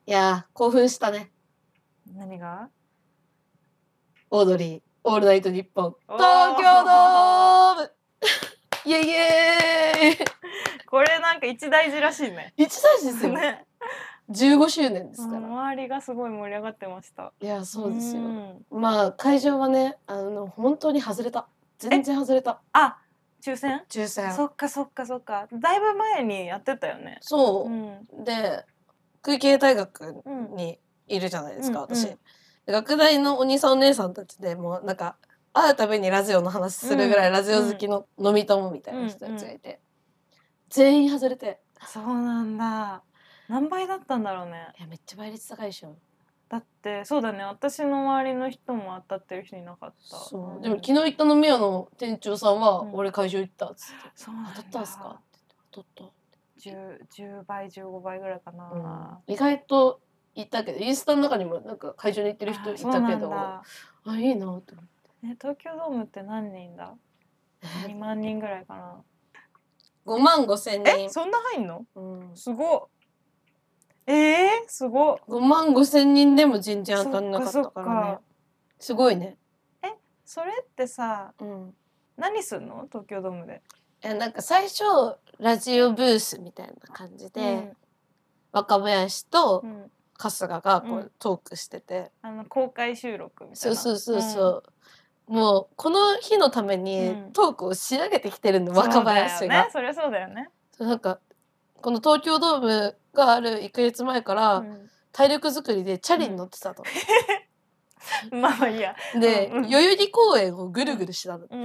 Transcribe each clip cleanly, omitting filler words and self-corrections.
いやー興奮したね。 何が？ オードリーオールナイトニッポンおー東京ドームイエイイエーイこれなんか一大事らしいね。 一大事ですよ。 ね。 15周年ですから。 周りがすごい盛り上がってました。 いやそうですよ。 うんまあ会場はね本当に外れた。全然外れた。 あ、抽選？ 抽選。 そっかそっかそっか。だいぶ前にやってたよね。 そう、 うんで空気大学にいるじゃないですか、私。学大のお兄さんお姉さんたちでもうなんか会うたびにラジオの話するぐらいラジオ好きの飲み友みたいな人たちがいて、全員外れて。 そうなんだ。何倍だったんだろうね。 いやめっちゃ倍率高いでしょ。 だってそうだね、私の周りの人も当たってる人いなかった。 そう、でも昨日行った飲み屋の店長さんは、俺会場行ったっつって、 そうなんだ。 当たったんすかって言って、当たった。 10倍15倍ぐらいかな、 意外といたけどインスタの中にもなんか会場に行ってる人いたけど、あいいなと思って。 東京ドームって何人だ？2万人ぐらいかな。 5万5千人。 そんな入んの？すごっ。すごっ。 5万5千人でも全然当たんなかったからね。すごいね。 それってさ、何すんの？東京ドームで。 なんか最初ラジオブースみたいな感じで、若林と春日がこうトークしてて、 公開収録みたいな。 そうもうこの日のためにトークを仕上げてきてるの、若林が。 そりゃそうだよね。 なんかこの東京ドームがある1ヶ月前から体力作りでチャリに乗ってたと。 まあいいや。 で、代々木公園をぐるぐるしたんだって。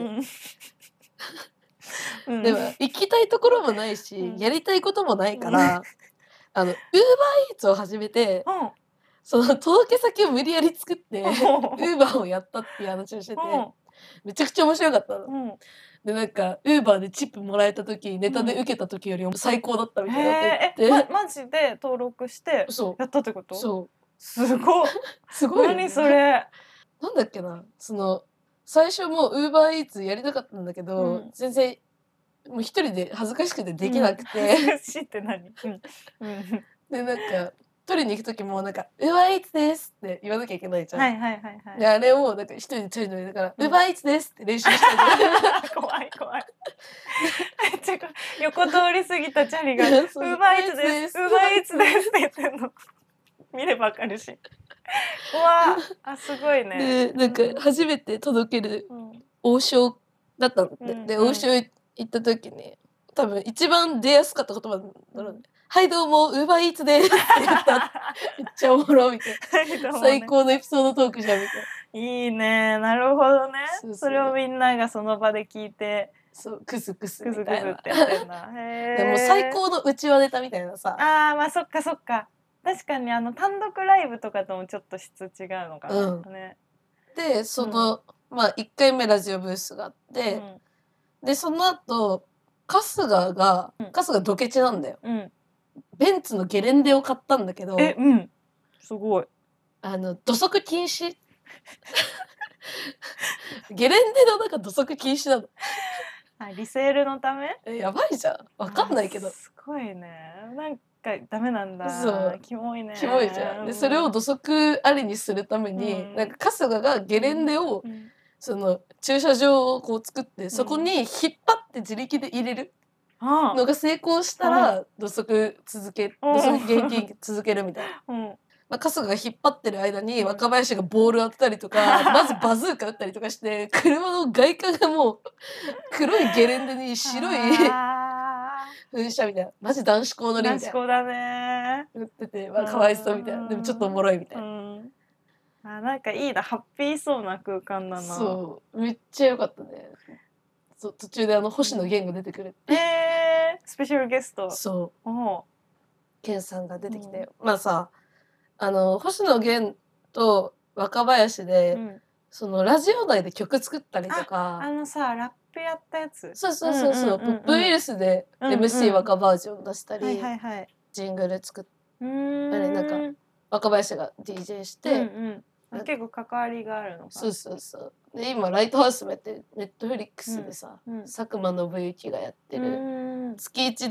でも行きたいところもないし、やりたいこともないから、ウーバーイーツを始めて、その届け先を無理やり作ってウーバーをやったっていう話をしてて、めちゃくちゃ面白かったの。でなんかウーバーでチップもらえた時、ネタで受けた時よりも最高だったみたいなって言って、 マジで登録してやったってこと？ そうすごっ。 すごいよね。 何それ。 なんだっけな、最初もうウーバーイーツやりたかったんだけど、全然もう一人で恥ずかしくてできなくて、 恥ずかしいって何？ でなんか取りに行く時もなんか「ウーバーイーツです」って言わなきゃいけないじゃん。であれをなんか一人でチャリ乗りながら「ウーバーイーツです」って練習したり。 怖い怖い。めっちゃ横通り過ぎたチャリが「ウーバーイーツですウーバーイーツです」って言ってんの見ればわかるし。うわあ、すごいね。 でなんか初めて届ける王将だったので、で王将行った時に多分一番出やすかった言葉なので「はいどうもウーバーイーツです」って言った。めっちゃおもろみたいな。最高のエピソードトークじゃんみたいな。 いいね、なるほどね。それをみんながその場で聞いて、 そうクスクスみクスクたいな。 スってやってんだ。 でも最高のうちわネタみたいなさ。 ああ、まあそっかそっか。確かに単独ライブとかともちょっと質違うのかな。ね。 でまあ1回目ラジオブースがあって、でその後春日ドケチなんだよ。ベンツのゲレンデを買ったんだけど、 すごい。 土足禁止。ゲレンデの中土足禁止なの。 リセールのため？ やばいじゃん。わかんないけど。 すごいね。なんかダメなんだ。 そう。 キモいね。 キモいじゃん。でそれを土足ありにするために、なんか春日がゲレンデを、駐車場をこう作って、そこに引っ張って自力で入れるのが成功したら土足現金続けるみたいな。まあ、春日が引っ張ってる間に若林がボール当てたりとか、まずバズーカ撃ったりとかして車の外観がもう黒いゲレンデに白い噴射みたいな、マジ男子校のりみたいな。男子校だね。打ってて、まあ、かわいそうみたいな。でもちょっとおもろいみたいな。 なんかいいな、ハッピーそうな空間だな。 そうめっちゃ良かったね。途中で星野源が出てくるって。 スペシャルゲスト。 そう源さんが出てきて、まあさ星野源と若林で、ラジオ内で曲作ったりとか、 さラップやったやつ。 そうポップウイルスで MC 若バージョン出したり、ジングル作ったり、なんか若林が DJ して、 結構関わりがあるのか。 そうで今ライトハウスもやってネットフリックスでさ、佐久間信行がやってる月1で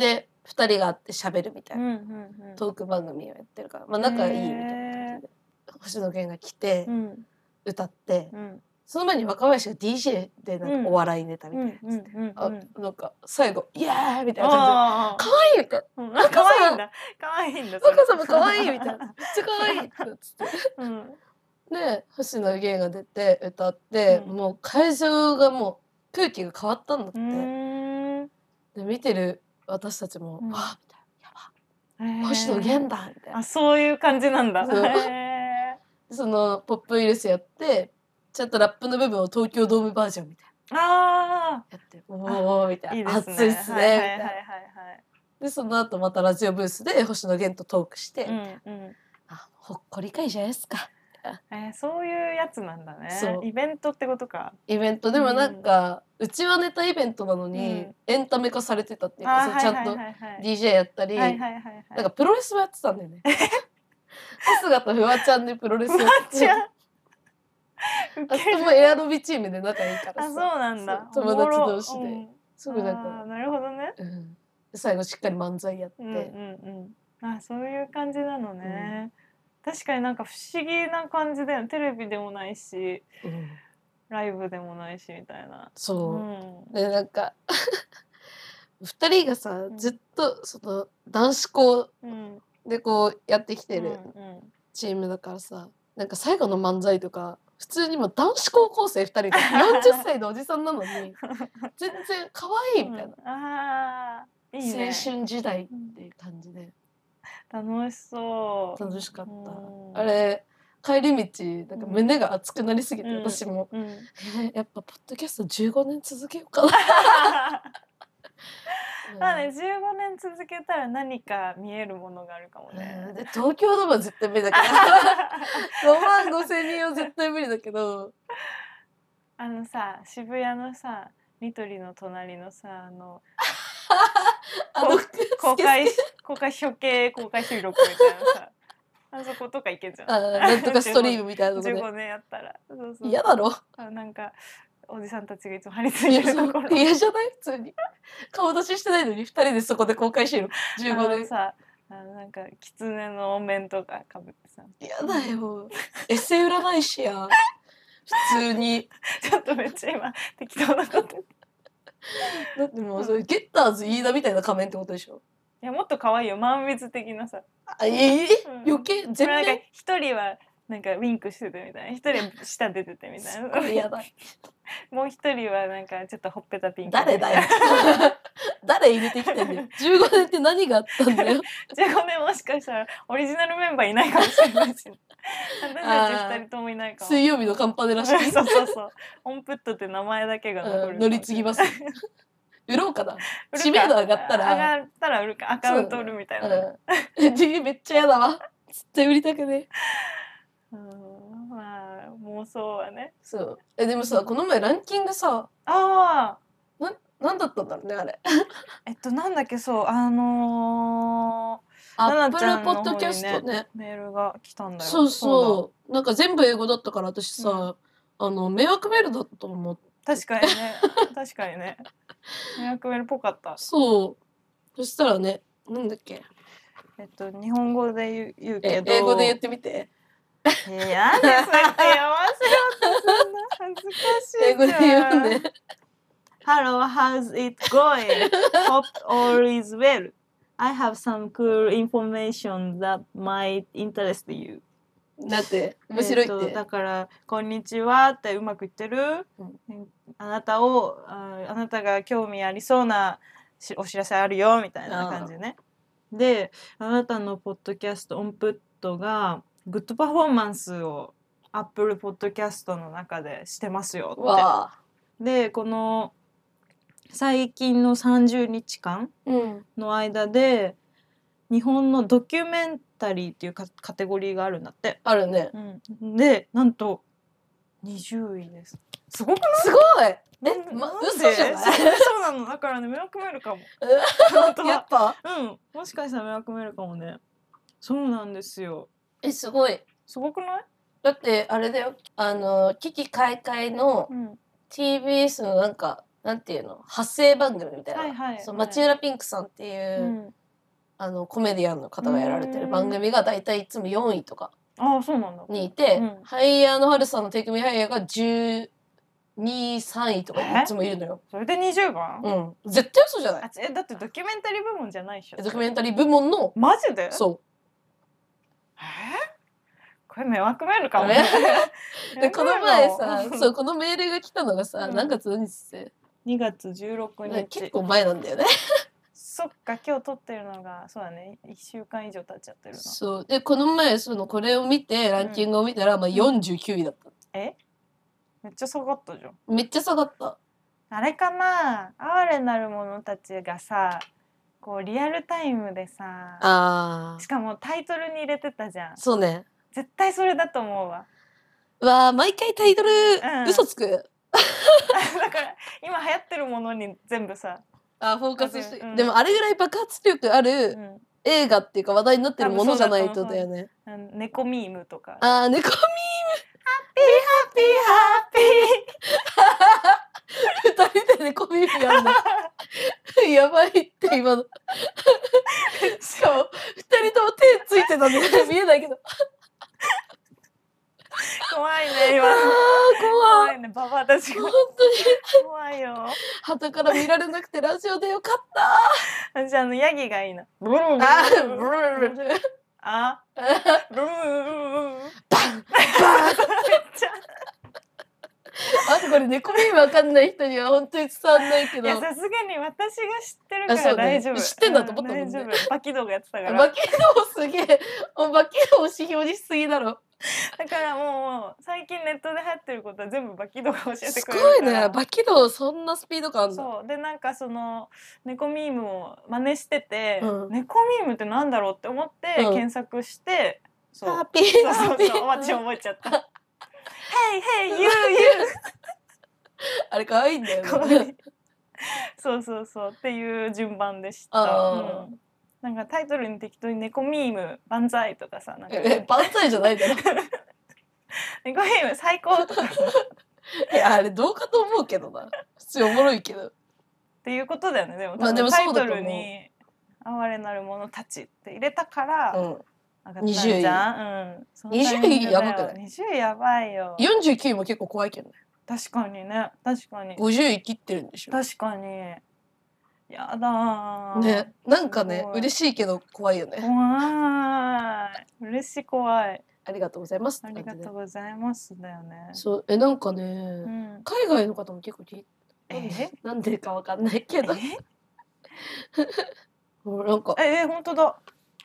2人が会って喋るみたいなトーク番組をやってるから、まあ、仲いいみたいな感じで星野源が来て歌って、その前に若林が DJ でなんかお笑いネタみたいなやつで、なんか最後「イエーイ!」みたいな感じで「可愛い!」みたいな「 可愛いんだ可愛いんだ若さも可愛い!」みたいな「めっちゃ可愛い!」って言ってで星野源が出て歌って、もう会場がもう空気が変わったんだって。で見てる私たちも「わあ!」みたいな「やば星野源だ!」みたいな。 あ、そういう感じなんだ。 そのポップウイルスやってちゃんとラップの部分を東京ドームバージョンみたいなやって「おお」みたいな「熱いっすね」みたいな。でその後またラジオブースで星野源とトークしてほっこり会じゃないですか。 そういうやつなんだね。イベントってことか。 イベントでもなんか、うちはネタイベントなのに、エンタメ化されてたっていうか、ちゃんと DJ やったり、なんかプロレスもやってたんだよね。春日とフワちゃんでプロレスやってて。あそこもエアロビチームで仲いいからさ。 そうなんだ。 友達同士で。すぐなんか。 なるほどね。 最後しっかり漫才やって。 そういう感じなのね。確かになんか不思議な感じだよ。テレビでもないし、ライブでもないしみたいな。 そう。でなんか2人がさずっとその男子校でこうやってきてるチームだからさ、なんか最後の漫才とか普通にも男子高校生2人が40歳のおじさんなのに全然可愛いみたいな、青春時代っていう感じで。 楽しそう。 楽しかった。あれ帰り道なんか胸が熱くなりすぎて、私も、やっぱポッドキャスト15年続けようかな。 まあね、15年続けたら何か見えるものがあるかもね。 で東京ドームは絶対無理だけど5万5千人は絶対無理だけど、 さ渋谷のさニトリの隣のさ公開処刑公開収録みたいなさあそことか行けんじゃん。 なんとかストリームみたいなとこで 15年やったら嫌だろ。 なんかおじさんたちがいつも張り付いてるところ。 嫌じゃない？普通に顔出ししてないのに2人でそこで公開収録15年さなんか狐のお面とかかぶってさ。 嫌だよ。エセ占い師や普通にちょっとめっちゃ今適当なことだってもうそれゲッターズ飯田みたいな仮面ってことでしょ。 いやもっと可愛いよ、満月的なさ。 余計全然。 なんか一人はなんかウィンクしててみたいな、一人は舌出ててみたいな。 これやだ。 もう一人はなんかちょっとほっぺたピンク。 誰だよ。誰入れてきてんだよ。15年って何があったんだよ。 15年もしかしたらオリジナルメンバーいないかもしれないし。私たち2人ともいないかも。 水曜日のカンパネらしい。 そうそうそう。オンプットって名前だけが残る。 乗り継ぎます。売ろうかな。知名度上がったら売るか、アカウント売るみたいな。 めっちゃ嫌だわ。絶対売りたくね。 まあ妄想はね。 そう。でもさ、この前ランキングさ、なんだったんだろうねあれ。 なんだっけ、そうアップルポッドキャストね。 メールが来たんだよ。 そうそう。なんか全部英語だったから私さ、迷惑メールだったと思う。 確かにね。確かにね。迷惑メールっぽかった。 そう。そしたらね、なんだっけ。 日本語で言うけど。 英語で言ってみて。 なんでそうやって合わせようとすんな。恥ずかしい。 英語で言うんで。 Hello, how's it going? Hope all is well. I have some cool information that might interest you. だって面白いって。 だからこんにちはってうまく言ってる。あなたが興味ありそうなお知らせあるよみたいな感じね。で、あなたのポッドキャストオンプットがグッドパフォーマンスをアップルポッドキャストの中でしてますよって。で、この最近の30日間の間で、日本のドキュメンタリーっていうカテゴリーがあるんだって。 あるね。 で、なんと20位です。すごくない？ すごい。嘘じゃない？ そうなの。だからね、迷惑メールかも。 やっぱ？ もしかしたら迷惑メールかもね。そうなんですよ。 すごい。 すごくない？ だってあれだよ。危機開会のTBS のなんかなんていうの派生番組みたいな、 はいはいはい、 そう町浦ピンクさんっていう、コメディアンの方がやられてる番組がだいたいいつも4位とかにいて、ハイヤーのハルさんのテイクミハイヤーが12、3位とかいつもいるのよ。それで20番？ うん。絶対嘘じゃない？ だってドキュメンタリー部門じゃないっしょ。 ドキュメンタリー部門の。 マジで？ そう。 これ迷惑メールかもね。 でこの前さ、そうこのメールが来たのがさ、何月何日って ？2月16日。 結構前なんだよね。 そっか、今日撮ってるのがそうだね、1週間以上経っちゃってるの。 そうでこの前これを見てランキングを見たら、まあ49位だった。 めっちゃ下がったじゃん。 めっちゃ下がった。 あれかな、哀れなる者たちがさ、こうリアルタイムでさ、しかもタイトルに入れてたじゃん。 そうね。 絶対それだと思うわ。 毎回タイトル、嘘つく。だから今流行ってるものに全部さ、 フォーカスして、でもあれぐらい爆発力ある映画っていうか話題になってるものじゃないとだよね。 猫ミームとか。 猫ミーム。ハッピーハッピーハッピー。2人で猫ミームやんの。やばいって今の。しかも2人とも手ついてたんで見えないけど。 怖いね今。怖いねババアたちが。本当に怖いよ。 旗から見られなくてラジオでよかった。 じゃあヤギがいいな。ブルーブルー。あ。ブルーブルー。バンバン。めっちゃ。 これ猫耳わかんない人には本当に伝わんないけど。 いやさすがに私が知ってるから大丈夫。 知ってんだと思ったもんね。 バキドーがやってたから。 バキドーすげえ。バキドー指標にしすぎだろ。 だからもう最近ネットで流行ってることは全部バキドーが教えてくれるから。すごいね。バキドーそんなスピード感あるんだ。 そうでなんかその猫ミームを真似してて、猫ミームってなんだろうって思って検索して、 ハッピーそう私覚えちゃった。Hey hey you you あれ可愛いんだよね。 そうっていう順番でした。なんかタイトルに適当に猫ミーム万歳とかさ、なんか万歳じゃないだろ。 猫ミーム最高とかさ。 いやあれどうかと思うけどな。普通おもろいけど。 っていうことだよね。でもタイトルに哀れなる者たちって入れたから。上がったんじゃん。 20位やばくない ？20位やばいよ。 49位も結構怖いけどね。 確かにね、確かに。 50位切ってるんでしょ。 確かに。やだー。 ね、なんかね、嬉しいけど怖いよね。 怖い。嬉しい怖い。 ありがとうございます。 ありがとうございますだよね。 そう、なんかね、海外の方も結構聞いて、なんでかわかんないけど。なんか。 本当だ。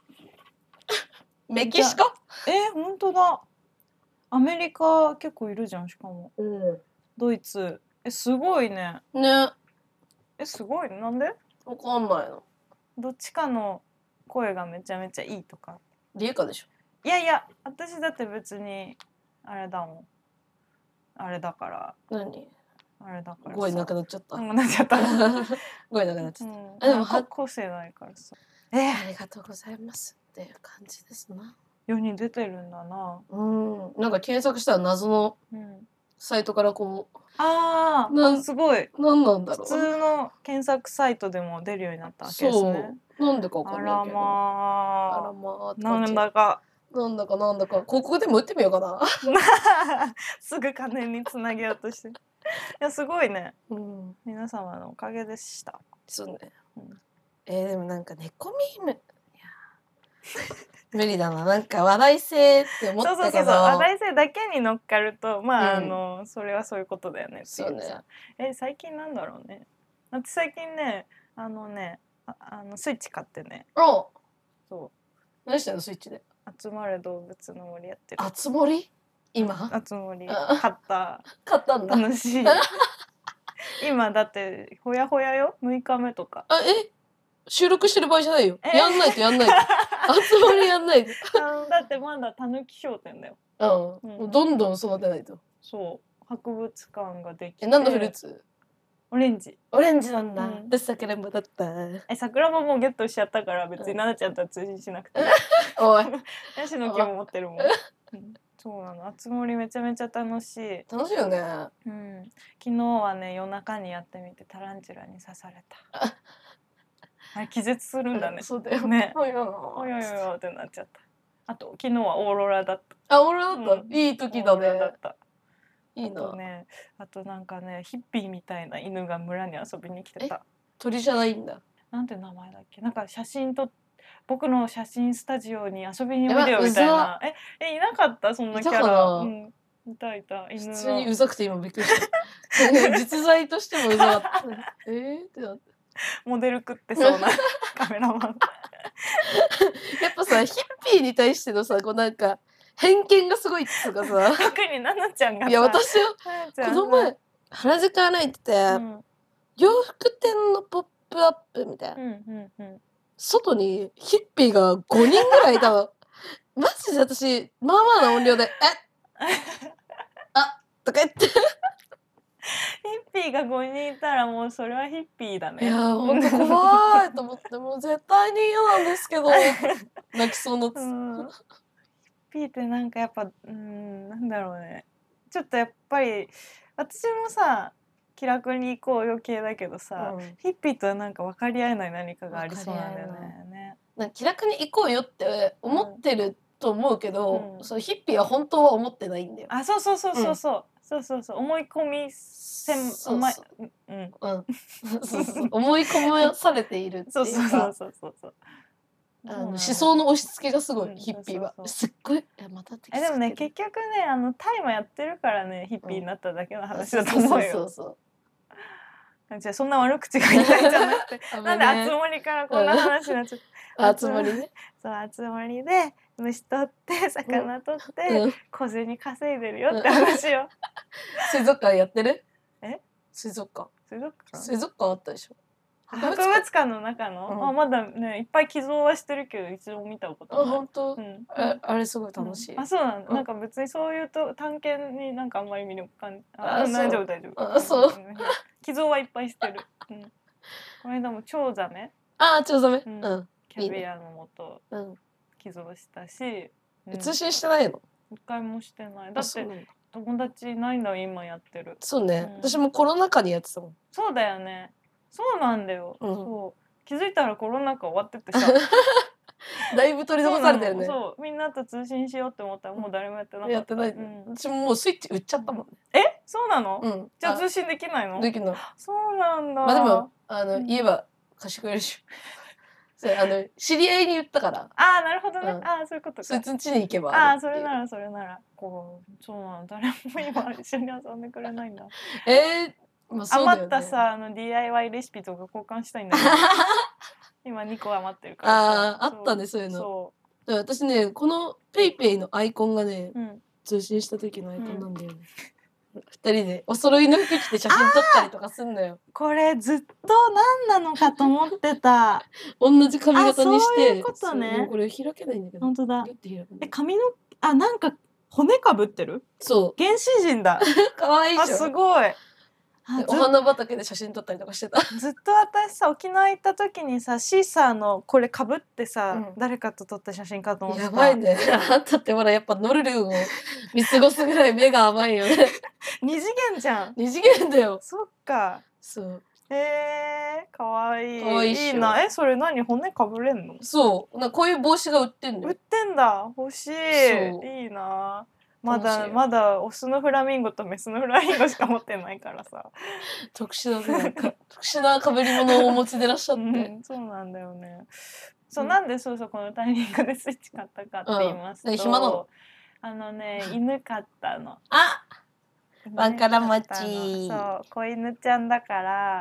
メキシコ？ 本当だ。アメリカ結構いるじゃんしかも。ドイツ。すごいね。 ね。 すごいね。なんで？ わかんないの。 どっちかの声がめちゃめちゃいいとか。 リエカでしょ。 いやいや、私だって別にあれだもん。あれだから。 何？ あれだから声なくなっちゃった。 なっちゃった。 声なくなっちゃった。でも個性ないからさ。 ありがとうございますっていう感じですな。 世に出てるんだな。 なんか検索したら謎のサイトからこう。 すごい。 何なんだろう。 普通の検索サイトでも出るようになったわけですね。 なんでかわかんないけど。 あらまあ。なんだか。 ここでも打ってみようかな。 すぐ金につなげようとして。いやすごいね。皆様のおかげでした。 そうね。でもなんか猫ミーム。いや無理だな。なんか話題性って思ったけど。 話題性だけに乗っかるとまあそれはそういうことだよねっていうさ。最近なんだろうね。私最近ねスイッチ買ってね。そう。 何してんのスイッチで？ 集まれ動物の森やってる。 あつ森？今？ あつ森買った。 買ったんだ。 楽しい。今だってほやほやよ。6日目とか。 収録してる場合じゃないよ。やんないと。集まりやんないと。 だってまだたぬき商店だよ。 どんどん育てないと。 そう。博物館ができて。 何のフルーツ？ オレンジ。 オレンジなんだ。で桜もだった。 桜ももうゲットしちゃったから別に奈々ちゃんとは通信しなくて。 おい。 ヤシの木も持ってるもん。 そうなの。あつ森めちゃめちゃ楽しい。 楽しいよね。 うん。昨日はね夜中にやってみてタランチュラに刺された。あれ気絶するんだね。 そうだよね。 およおよよよってなっちゃった。あと昨日はオーロラだった。 あ、オーロラだった。いい時だオーロラだねっ。た。 いいな。 あとなんかねヒッピーみたいな犬が村に遊びに来てた。 鳥じゃないんだ。 なんて名前だっけ。なんか僕の写真スタジオに遊びにおいでよみたいな。いなかったそんなキャラ。うん。いた犬普通にうざくて今びっくりした。実在としてもうざかった。ってなって。 モデル食ってそうなカメラマン。 やっぱさヒッピーに対してのさこうなんか偏見がすごいっつうかさ。 特にナナちゃんがさ。 いや私はこの前原宿歩いてて、洋服店のポップアップみたいな。外にヒッピーが5人ぐらいいたの。マジで私まあまあな音量であとか言って。 ヒッピーが5人いたらもうそれはヒッピーだね。 いやほんと怖いと思ってもう絶対に嫌なんですけど泣きそうなヒッピーってなんかやっぱなんだろうね。ちょっとやっぱり私もさ気楽に行こうよ系だけどさ、ヒッピーとはなんか分かり合えない何かがありそうなんだよね。 なんか気楽に行こうよって思ってると思うけど、そのヒッピーは本当は思ってないんだよ。 あ、そう思い込み思い込まされているっていうか。思想の押し付けがすごい、ヒッピーは。すっごいまたってでもね結局ねタイもやってるからねヒッピーになっただけの話だと思うよ。じゃあそんな悪口が言いたいんじゃなくてなんであつ森からこんな話になっちゃった。 あつ森ね。 そうあつ森で虫取って魚取って小銭稼いでるよって話よ。 水族館やってる？水族館あったでしょ。 博物館の中のまだねいっぱい寄贈はしてるけど一度も見たことない。 本当？あれすごい楽しい。 あ、そうなんだ。なんか別にそういうと探検になんかあんまり魅力感大丈夫。 そう。 寄贈はいっぱいしてる。この間もチョウザメ。 チョウザメ。 キャビアの素寄贈したし。 通信してないの？ 一回もしてない。だって友達いないの今やってる。 そうね。私もコロナ禍にやってたもん。 そうだよね。そうなんだよ。そう気づいたらコロナ禍終わっててさ。 だいぶ取り残されてるね。 そうみんなと通信しようって思ったらもう誰もやってなかった。やってない。私ももうスイッチ売っちゃったもんね。そうなの？じゃあ通信できないの？ できない。 そうなんだ。 まあでも言えば貸してくれるし。知り合いに言ったから。 ああなるほどね。ああそういうことか。 そいつん家に行けば。 ああそれならこうそうなの誰も今一緒に遊んでくれないんだ。余ったさDIY レシピとか交換したいんだけど。今2個余ってるから。 あったねそういうの。私ねこのペイペイのアイコンがね通信した時のアイコンなんだよね。2人でお揃いの服着て写真撮ったりとかすんのよ。 これずっと何なのかと思ってた。 同じ髪型にして。 そういうことね。 これ開けないんだけど。 本当だ。髪のなんか骨かぶってる？ そう。 原始人だ。 可愛いでしょ。 すごい。 お花畑で写真撮ったりとかしてた。 ずっと私さ沖縄行った時にさシーサーのこれかぶってさ、誰かと撮った写真かと思ってた。 やばいね。あんたってほらやっぱノルルを見過ごすぐらい目が甘いよね。 二次元じゃん。 二次元だよ。 そっか。 そう。 かわいい。いいな。それ何骨かぶれんの？そう。 こういう帽子が売ってんのよ。 売ってんだ。欲しい。いいな。まだオスのフラミンゴとメスのフラミンゴしか持ってないからさ。 特殊だね。特殊な被り物をお持ちでいらっしゃって。 そうなんだよね。なんでこのタイミングでスイッチ買ったかって言いますと、 暇なの？ 犬飼ったの。 ワンカラマチ。 そう子犬ちゃんだから、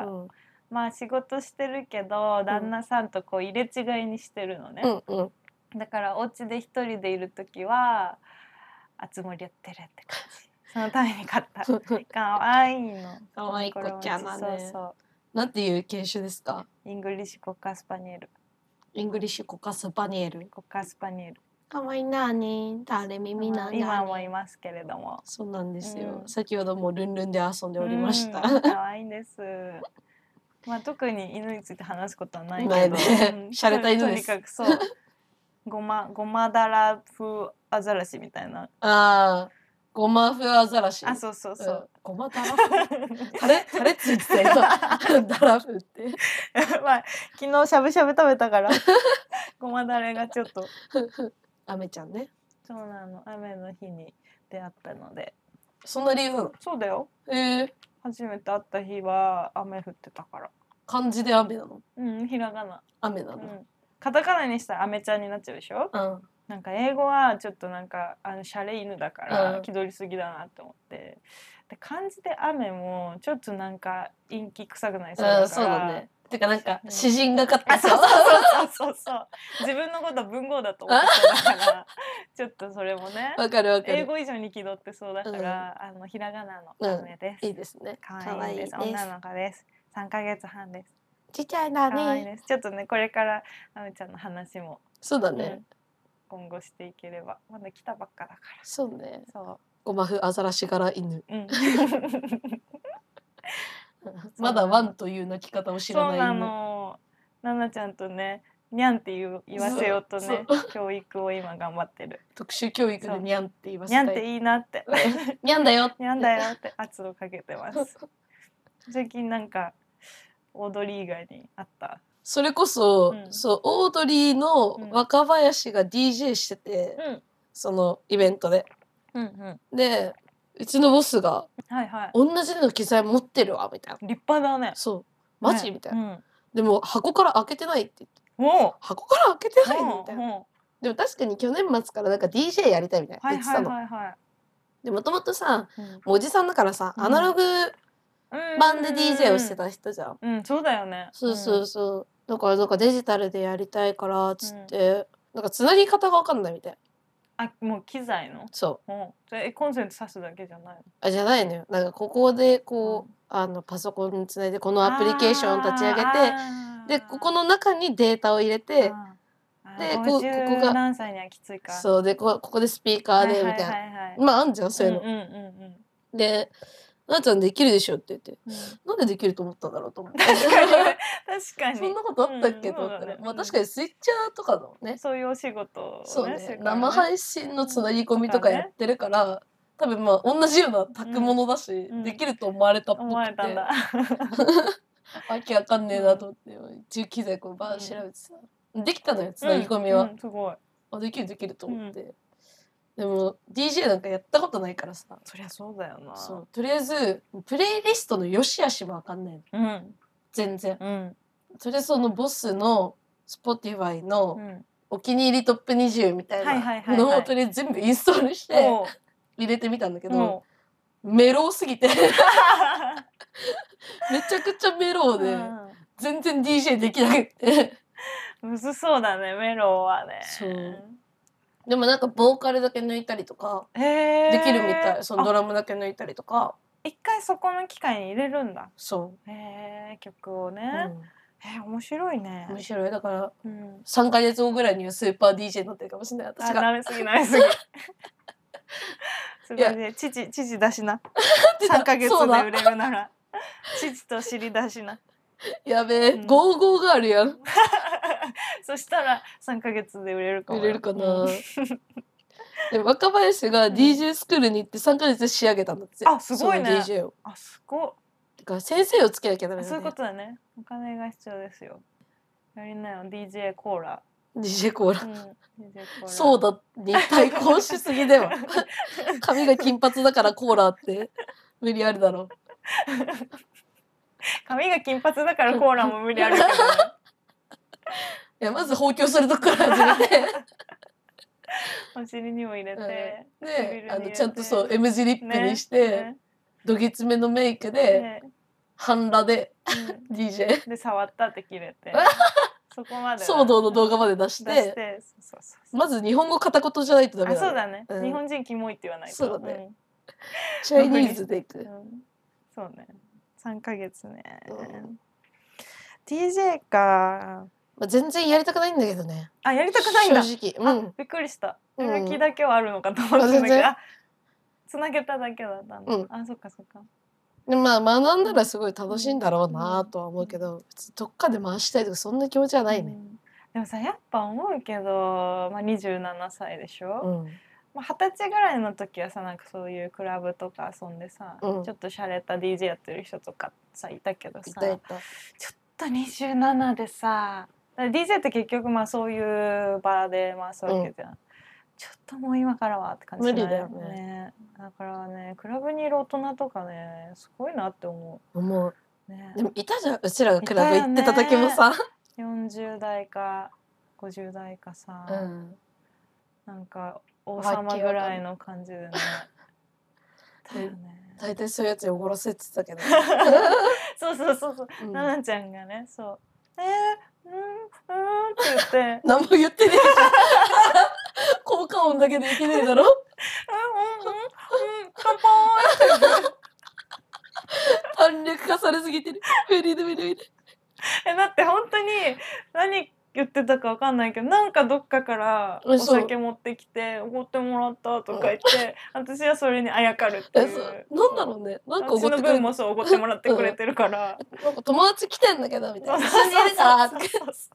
まあ仕事してるけど旦那さんとこう入れ違いにしてるのね。だからお家で一人でいる時はあつ森やってるって感じ。そのために買った。かわいいの。 かわいい子ちゃんだね。なんていう犬種ですか？ イングリッシュコカスパニエル。 イングリッシュコカスパニエル。 コカスパニエル。 かわいいなに。誰耳なに。 今もいますけれども。 そうなんですよ。先ほどもルンルンで遊んでおりました。 かわいいんです。まあ特に犬について話すことはないけど。 しゃれた犬です。 とにかくそう。ごまだら風アザラシみたいな。 ああ、ごま風アザラシ。 あ、そうそうそう。 ごまだらタレついてたよ。だらふって。 まあ昨日しゃぶしゃぶ食べたからごまだれがちょっと。 アメちゃんね。 そうなの、雨の日に出会ったので。 そんな理由なの？ そうだよ。初めて会った日は雨降ってたから。 漢字で雨なの？ うん、ひらがな。 雨なの。 カタカナにしたらアメちゃんになっちゃうでしょ。なんか英語はちょっとなんかシャレ犬だから気取りすぎだなって思って。で漢字で雨もちょっとなんか陰気臭くなりそうだから。 そうだね。てかなんか詩人がかってそう自分のこと文豪だと思ってそうだからちょっとそれもね。 わかる。 英語以上に気取ってそうだから、ひらがなの雨です。 いいですね。 可愛いです。女の子です。3ヶ月半です。 ちっちゃいなね。 可愛いです。ちょっとねこれからあめちゃんの話もそうだね。 今後していければ。まだ来たばっかだから。 そうね。 そう。 ごま風アザラシ柄犬。まだワンという鳴き方を知らない犬。そうなの。ななちゃんとね、にゃんって言わせようとね、教育を今頑張ってる。 特殊教育でにゃんって言わせたい。 にゃんっていいなって。 にゃんだよ。 にゃんだよって圧をかけてます。最近なんかオードリー以外にあった？ それこそ、そうオードリーの若林が DJ してて、そのイベントで。で、うちのボスが同じの機材持ってるわみたいな。 立派だね。 そうマジみたいな。でも箱から開けてないって言って。箱から開けてないのみたいな。でも確かに去年末からなんか DJ やりたいみたいな言ってたの。でもともとさ、おじさんだからさ、アナログ版で DJ をしてた人じゃん。 そうだよね。 そうそうそう。だからなんかデジタルでやりたいからっつって、なんかつなぎ方がわかんないみたい。 あ、もう機材の？ そう。 コンセント挿すだけじゃないの？ あ、じゃないのよ。なんかここでこう、パソコンにつないでこのアプリケーションを立ち上げて、でここの中にデータを入れて、 でここが何歳にはきついか。 そうでここでスピーカーでみたいな。まああんじゃんそういうの。で。なあちゃんできるでしょって言って、なんでできると思ったんだろうと思って。 確かにそんなことあったっけと思ったら、まあ確かにスイッチャーとかのね、 そういうお仕事そうね、生配信のつなぎ込みとかやってるから、多分まあ同じような宅物だし、できると思われたっぽくて、わけわかんねえなと思って、重機材こうバー調べてさ、できたのよつなぎ込みは。 すごい。 あできると思って。でも DJ なんかやったことないからさ。 そりゃそうだよな。 そうとりあえずプレイリストの良し悪しも分かんないの。全然。とりあえずそのボスの Spotify のお気に入りトップ20みたいなのをとりあえず全部インストールして入れてみたんだけど、メローすぎてめちゃくちゃメローで全然 DJ できなくてむずそうだねメローはね。そう。 でもなんかボーカルだけ抜いたりとかできるみたい。そのドラムだけ抜いたりとか。 一回そこの機械に入れるんだ。 そう。 曲をね。面白いね。 面白い。だから3ヶ月後ぐらいにはスーパー DJ になってるかもしれない私が。 なめすぎなめすぎ。すごいね。父だしな。3ヶ月で売れるなら父と尻だしな。 やべえ、ゴーゴーがあるやん。 そしたら3ヶ月で売れるかも。 売れるかな。で若林が DJ スクールに行って3ヶ月で仕上げたんだって。 あ、すごいね。 DJ を。 あ、すごい。 だから先生をつけなきゃダメだね。 そういうことだね。お金が必要ですよ。やりなよ DJ コーラ。 DJ コーラ。そうだに対抗しすぎでは。髪が金髪だからコーラって無理あるだろう。 髪が金髪だからコーラも無理あるけどね。 いやまず放狂するとこから始めてお尻にも入れて、 でちゃんとそう M 字リップにして、どぎつめのメイクで、半裸で、DJ で触ったって切れてそこまで騒動の動画まで出してまず日本語片言じゃないとダメだね。 そうだね、日本人キモいって言わないと。 そうだね、チャイニーズでいく。 そうね、3ヶ月ね。DJ か。 全然やりたくないんだけどね。 あ、やりたくないんだ。 正直。 びっくりした。やる気だけはあるのかと思ってたけど、つなげただけだったんだ。あ、そっかそっか。 でまあ学んだらすごい楽しいんだろうなとは思うけど、どっかで回したいとかそんな気持ちはないね。 でもさ、やっぱ思うけど、27歳でしょ。 20歳ぐらいの時はさなんかそういうクラブとか遊んでさ、ちょっと洒落た DJ やってる人とかさいたけどさ、ちょっと27でさ DJ って結局まあそういう場で回すわけじゃん、ちょっともう今からはって感じ無理だよね。 だからねクラブにいる大人とかねすごいなって思う。 でもいたじゃんうちらがクラブ行ってた時もさ、 40代か50代かさ、なんか王様ぐらいの感じでね。 大体そういうやつ汚らせてたけど。 そうななちゃんがねそうって言って何も言ってねえじゃん。効果音だけでいけねえだろ。 乾杯短絡化されすぎてる。 だって本当に何言ってたかわかんないけどなんかどっかからお酒持ってきておごってもらったとか言って私はそれにあやかるっていう。 なんだろうね。なんかおごってくれてる。うちの分もそうおごってもらってくれてるから。 なんか友達来てんだけどみたいな。一緒にいるからとか。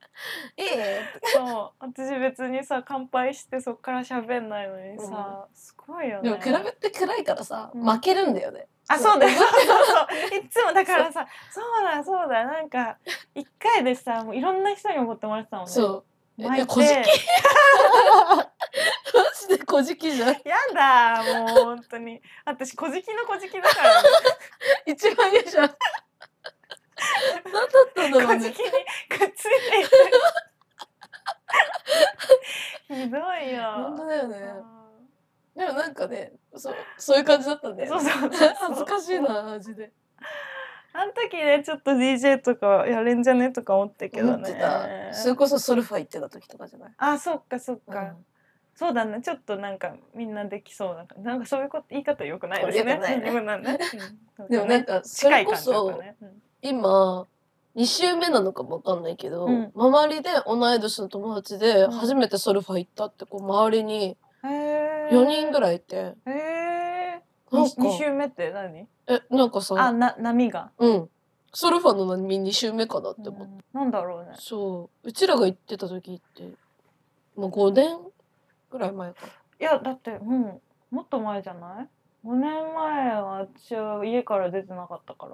そう私別にさ乾杯してそっから喋んないのにさすごいよね。 でもクラブって暗いからさ負けるんだよね。 あそうだよいつもだからさそうだなんか1回でさもういろんな人におごってもらってたもんね。そう小じきマジで小じきじゃん。 やだもう本当に私小じきの小じきだからね一番嫌じゃん。何だったんだろうね。 小じきにくっついていてひどいよ。 本当だよね。でもなんかねそういう感じだったんだよ。恥ずかしいなマジで。あの時ねちょっと DJ とかやれんじゃねとか思ったけどね。 それこそソルファ行ってた時とかじゃない。 あそっか、そうだねちょっとなんかみんなできそうなんかそういうこと言い方よくないですね。自分なんね。 でもなんかそれこそ今2週目なのかもわかんないけど、周りで同い年の友達で初めてソルファ行ったってこう周りに4人ぐらいいて。 2週目って何？ なんかさ波がソルファの波2週目かなって思って。 なんだろうね。 そううちらが行ってた時ってもう5年ぐらい前か。 いやだってもっと前じゃない？ 5 年前は私は家から出てなかったから。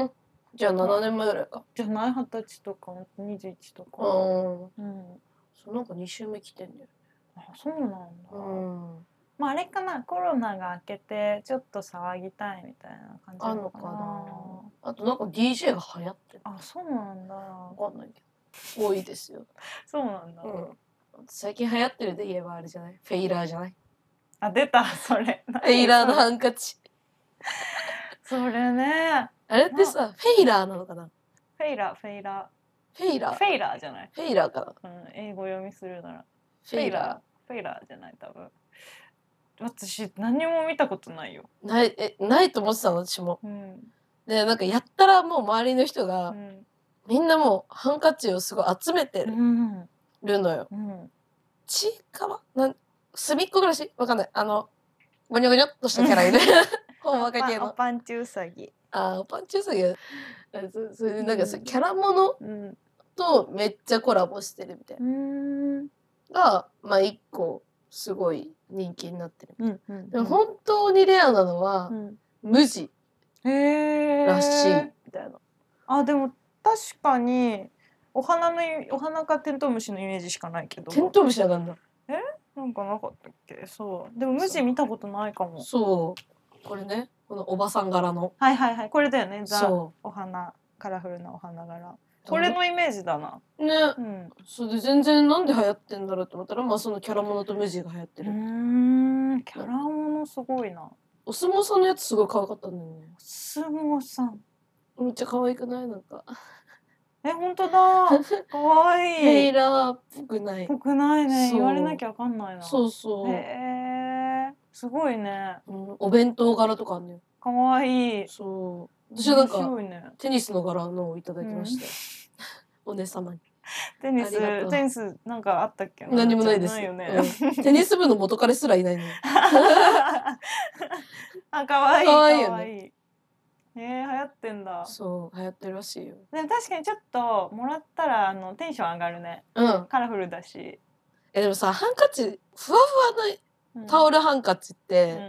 じゃあ7年前ぐらいか。 じゃない20歳とか21とか。 そうなんか2週目来てんだよ。 あそうなんだ。まああれかなコロナが明けてちょっと騒ぎたいみたいな感じなのかな。 あとなんか DJ が流行ってる。 あそうなんだ。 わかんないけど多いですよ。 そうなんだ。 最近流行ってるで言えばあれじゃない？フェイラーじゃない？ あ出たそれ。 フェイラーのハンカチ。 それね。 あれってさフェイラーなのかな？ フェイラーじゃない？ フェイラーかな。 英語読みするならフェイラーじゃない多分。私何も見たことないよ。 ないと思ってたの私も。でなんかやったらもう周りの人が、みんなもうハンカチをすごい集めてるのよ。ちいかわ隅っこ暮らしわかんないゴニョゴニョっとしたキャラいる。ほんわか系の。 おパンチウサギ。 おパンチウサギ。それでなんかキャラものとめっちゃコラボしてるみたいな。がまあ一個すごい人気になってる。でも本当にレアなのは無地らしいみたいな。 あでも確かにお花かテントウムシのイメージしかないけど。 テントウムシだからな。 なんかなかったっけ？そうでも無地見たことないかも。 そうこれねこのおばさん柄の。 はいこれだよね。お花カラフルなお花柄。これのイメージだな。 ね。それで全然なんで流行ってんだろうと思ったらまあそのキャラものと無地が流行ってる。 キャラものすごいな。 お相撲さんのやつすごい可愛かったんだよね。 お相撲さん。 めっちゃ可愛くないなんか。 本当だ。可愛い。 ヘイラーっぽくない。 ぽくないね。言われなきゃわかんないな。 そう。 すごいね。 お弁当柄とかあるのよ。 可愛い。 そう。私はなんかテニスの柄のをいただきました。お姉様に。 テニスなんかあったっけ？ 何もないです。テニス部の元彼すらいないの。 可愛い。 可愛いよね。 流行ってんだ。 そう流行ってるらしいよ。 でも確かにちょっともらったらテンション上がるね。カラフルだし。 でもさハンカチふわふわのタオルハンカチって、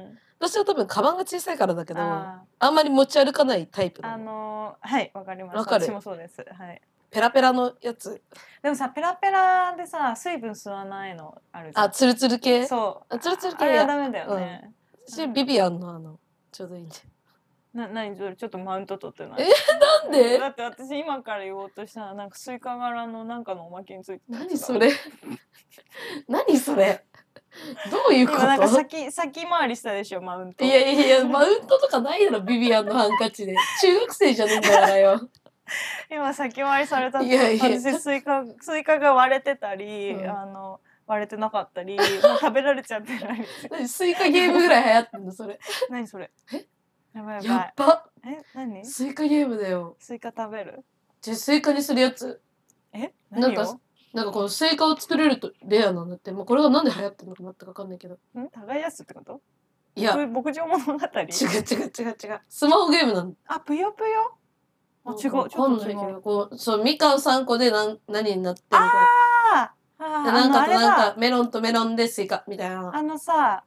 私は多分カバンが小さいからだけど、あんまり持ち歩かないタイプなの。はい、わかります。私もそうです。はい。 ペラペラのやつ。 でもさ、ペラペラでさ、水分吸わないのあるじゃん。 ツルツル系。 そう。 ツルツル系あれはダメだよね。 私ビビアンのちょうどいいんじゃん。何それちょっとマウント取ってない？ なんで？ だって私今から言おうとしたらなんかスイカ柄のなんかのおまけについてた。 何それ？何それ？どういうこと？ 今なんか先回りしたでしょマウント。 いやマウントとかないだろビビアンのハンカチで。中学生じゃねえんだからよ。 今先回りされたって私スイカが割れてたり、割れてなかったりもう食べられちゃってない何スイカゲームぐらい流行ってんのそれ？ 何それ？やばいやっば。 何？ スイカゲームだよ。 スイカ食べる？ スイカにするやつ。 何を？ なんかこのスイカを作れるとレアなんだって。もうこれがなんで流行ってんのか全く分かんないけど。 耕すってこと？ いや牧場物語？違う。 スマホゲームなの。 ぷよぷよ？違う。ちょっと違う。 そうみかん3個で何になってみたいな。なんかメロンとメロンでスイカみたいな。 さ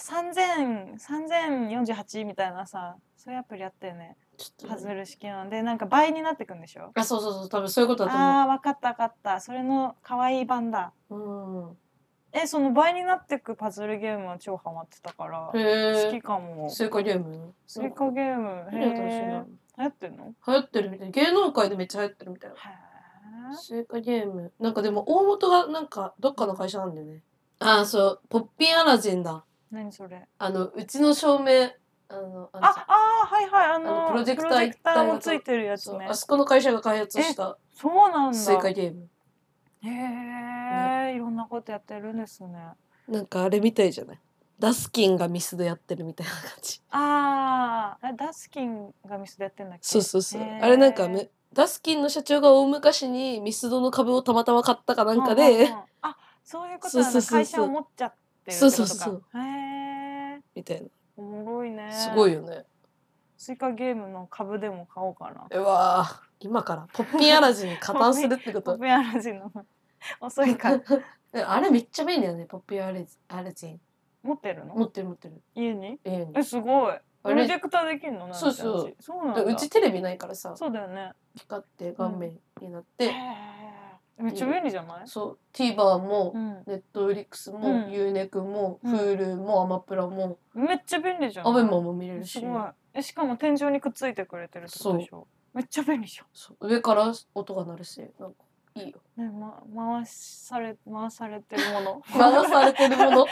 3048みたいなさそういうアプリあったよね。パズル式なんでなんか倍になってくんでしょ？ そう多分そういうことだと思う。 分かったそれの可愛い版だ。その倍になってくパズルゲームは超ハマってたから好きかも。 スイカゲーム？ スイカゲーム流行ってるの？ 流行ってるみたい。芸能界でめっちゃ流行ってるみたいな。スイカゲームなんかでも大元がなんかどっかの会社なんだよね。そうポッピンアラジンだ。 何それ？ うちの照明はいプロジェクターもついてるやつね。 あそこの会社が開発したそうなんだ。 スイカゲーム。 いろんなことやってるんですね。 なんかあれみたいじゃない？ダスキンがミスドやってるみたいな感じ。 ダスキンがミスドやってんだっけ？ そう。あれなんかダスキンの社長が大昔にミスドの株をたまたま買ったかなんかで、 そういうことなんだ。会社を持っちゃってるってことか。 そうみたいな。 おもろいね。 すごいよね。 スイカゲームの株でも買おうかな。 うわ今からポッピンアラジンに加担するってこと？ ポッピンアラジンの遅いからあれめっちゃ便利だよね。ポッピンアラジン持ってるの？ 持ってる家にすごい。プロジェクターできるの？ そうなんだ。うちテレビないからさ。 そうだよね。 光って顔面になって、 めっちゃ便利じゃない？ そう TVer もネットフリックスも UNEXT も Hulu もアマプラもめっちゃ便利じゃん。 アベマも見れるし。 すごい。しかも天井にくっついてくれてるってことでしょ？めっちゃ便利じゃん。 上から音が鳴るしなんかいいよ。 ね、回されてるもの回されてるもの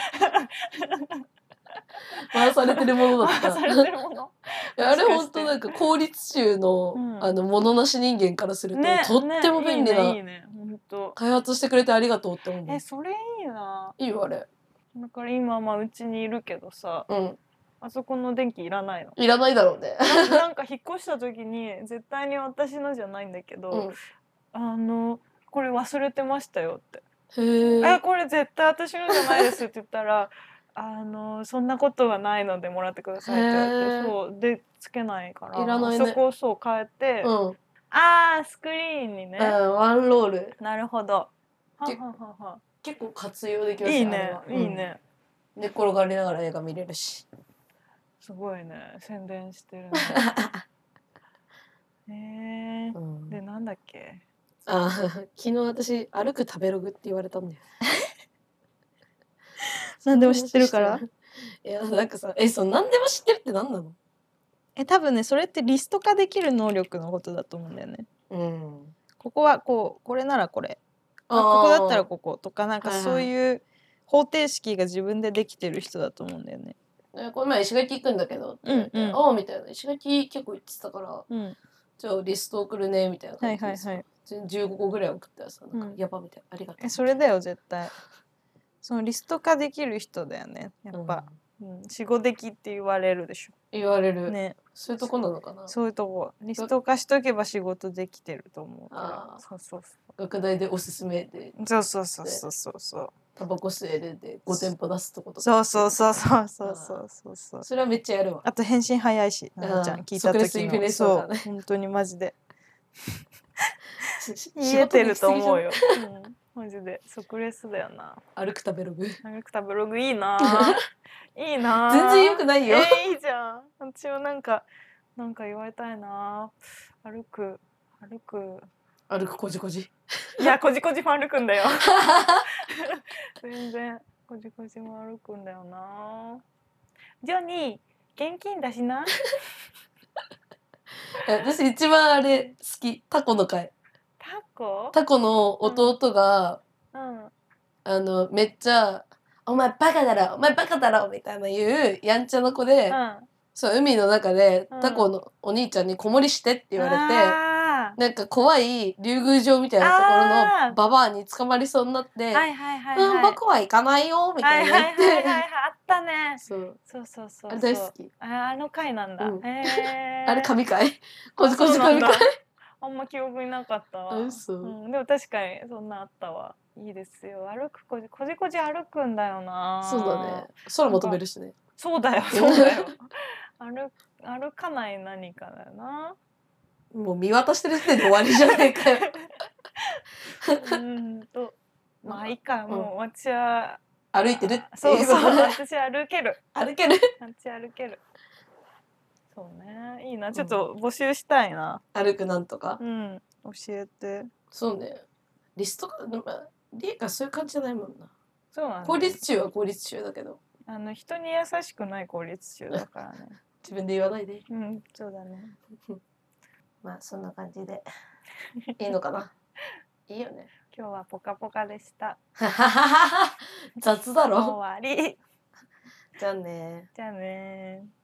回されてるものだった。あれ本当なんか公立中の物なし人間からするととっても便利な。 いいね本当。 開発してくれてありがとうって思う。 それいいな。 いいよあれ。 だから今うちにいるけどさ、あそこの電気いらないの？ いらないだろうね。 なんか引っ越した時に絶対に私のじゃないんだけど、これ忘れてましたよって。これ絶対私のじゃないですって言ったらそんなことはないのでもらってくださいって言われて、そうでつけないからいらないね。 そこを変えて、スクリーンにね、 ワンロール。 なるほど。 結構活用できますね。いいねいいね。 寝転がりながら映画見れるし。 すごいね宣伝してるね。でなんだっけ？ 昨日私歩く食べログって言われたんだよ。 何でも知ってるから？ いやなんかさ何でも知ってるって何なの？ 多分ねそれってリスト化できる能力のことだと思うんだよね。ここはこれならこれ、ここだったらこことかなんかそういう方程式が自分でできてる人だと思うんだよね。 この前石垣行くんだけどって言って、みたいな石垣結構行ってたから、じゃあリスト送るねみたいな感じでさ、15個ぐらい送ったらさなんかやばみたいなありがとう。 それだよ絶対。そのリスト化できる人だよねやっぱ。死後的って言われるでしょ。 言われるね。 そういうとこなのかな。 そういうとこリスト化しとけば仕事できてると思うから。そう学大でおすすめでそうタバコ吸えるで5店舗出すとことか。そうそれはめっちゃやるわ。 あと返信早いしななちゃん聞いた時のそう本当にマジで言えてると思うよ。 マジで即レスだよな。 歩く食べログ。 歩く食べログいいな。いいな。 全然良くないよ。 いいじゃん。私もなんか言われたいな。歩くこじこじ。 いやこじこじも歩くんだよ。全然こじこじも歩くんだよな。ジョニー現金出しな。 私一番あれ好き、タコの回。タコの弟が、めっちゃ「お前バカだろお前バカだろ」みたいな言うやんちゃな子で、そう海の中でタコのお兄ちゃんに子守してって言われて、なんか怖い竜宮城みたいなところのババアに捕まりそうになって「僕は行かないよ」みたいな言って、 あったね。そうあれ大好き。 あの回なんだ。 あれ神回、こじこじ神回。 あんま記憶になかったわ。でも確かにそんなあったわ。いいですよ。こじこじ歩くんだよな。 そうだね。空も飛べるしね。 そうだよ。歩かない何かだよな。 もう見渡してる時点で終わりじゃないかよ。 まあいいか、もう私は歩いてるっていう。 そう私歩ける。 私歩ける。そうね、いいな。ちょっと募集したいな。 歩くなんとか。 教えて。 そうね。リストがリエがそういう感じじゃないもんな。 そうなんだ。 公立中は公立中だけど。 人に優しくない公立中だからね。 自分で言わないで。 そうだね。 まあそんな感じでいいのかな。いいよね。 今日はポカポカでした。 雑だろ。 終わり。 じゃあね。 じゃあね。